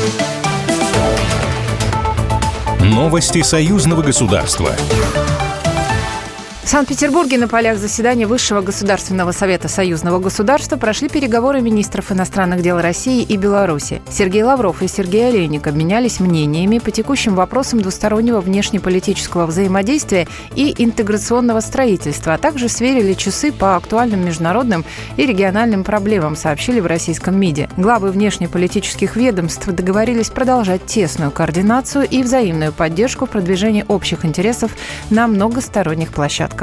Новости союзного государства. В Санкт-Петербурге на полях заседания Высшего государственного совета союзного государства прошли переговоры министров иностранных дел России и Беларуси. Сергей Лавров и Сергей Олейник обменялись мнениями по текущим вопросам двустороннего внешнеполитического взаимодействия и интеграционного строительства, а также сверили часы по актуальным международным и региональным проблемам, сообщили в российском МИДе. Главы внешнеполитических ведомств договорились продолжать тесную координацию и взаимную поддержку в продвижении общих интересов на многосторонних площадках.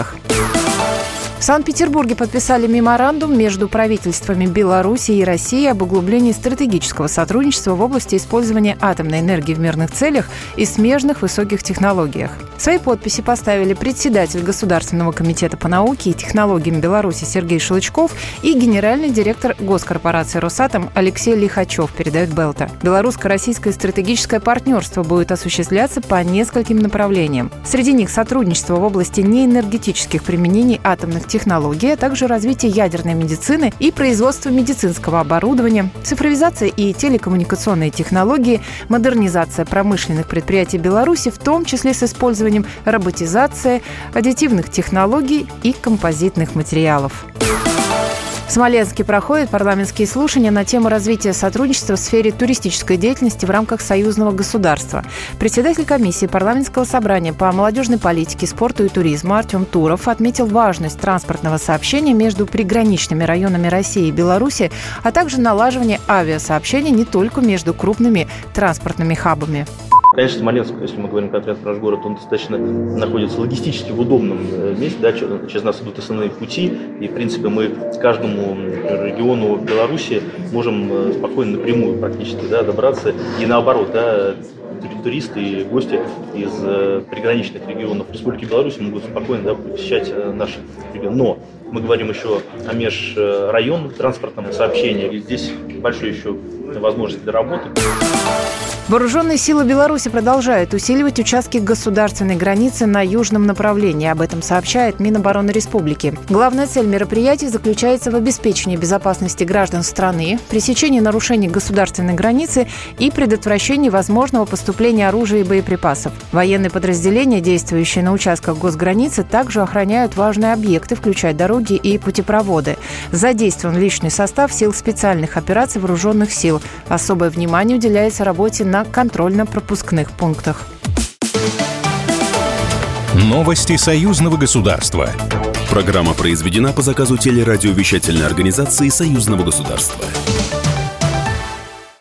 В Санкт-Петербурге подписали меморандум между правительствами Беларуси и России об углублении стратегического сотрудничества в области использования атомной энергии в мирных целях и смежных высоких технологиях. Свои подписи поставили председатель Государственного комитета по науке и технологиям Беларуси Сергей Шлычков и генеральный директор госкорпорации «Росатом» Алексей Лихачев, передает Белта. Белорусско-российское стратегическое партнерство будет осуществляться по нескольким направлениям. Среди них сотрудничество в области неэнергетических применений атомных технологий, а также развитие ядерной медицины и производство медицинского оборудования, цифровизация и телекоммуникационные технологии, модернизация промышленных предприятий Беларуси, в том числе с использованием роботизации, аддитивных технологий и композитных материалов. В Смоленске проходят парламентские слушания на тему развития сотрудничества в сфере туристической деятельности в рамках союзного государства. Председатель комиссии парламентского собрания по молодежной политике, спорту и туризму Артем Туров отметил важность транспортного сообщения между приграничными районами России и Беларуси, а также налаживание авиасообщения не только между крупными транспортными хабами. Конечно, Смоленск, если мы говорим конкретно про наш город, он достаточно находится логистически в удобном месте, да, через нас идут основные пути, и, в принципе, мы к каждому региону Беларуси можем спокойно напрямую практически, да, добраться, и наоборот, да, туристы и гости из приграничных регионов Республики Беларусь могут спокойно, да, посещать наш регион. Но мы говорим еще о межрайонном транспортном сообщении, и здесь большая еще возможность для работы. Вооруженные силы Беларуси продолжают усиливать участки государственной границы на южном направлении. Об этом сообщает Минобороны Республики. Главная цель мероприятий заключается в обеспечении безопасности граждан страны, пресечении нарушений государственной границы и предотвращении возможного поступления оружия и боеприпасов. Военные подразделения, действующие на участках госграницы, также охраняют важные объекты, включая дороги и путепроводы. Задействован личный состав сил специальных операций вооруженных сил. Особое внимание уделяется работе на контрольно-пропускных пунктах. Новости союзного государства. Программа произведена по заказу телерадиовещательной организации союзного государства.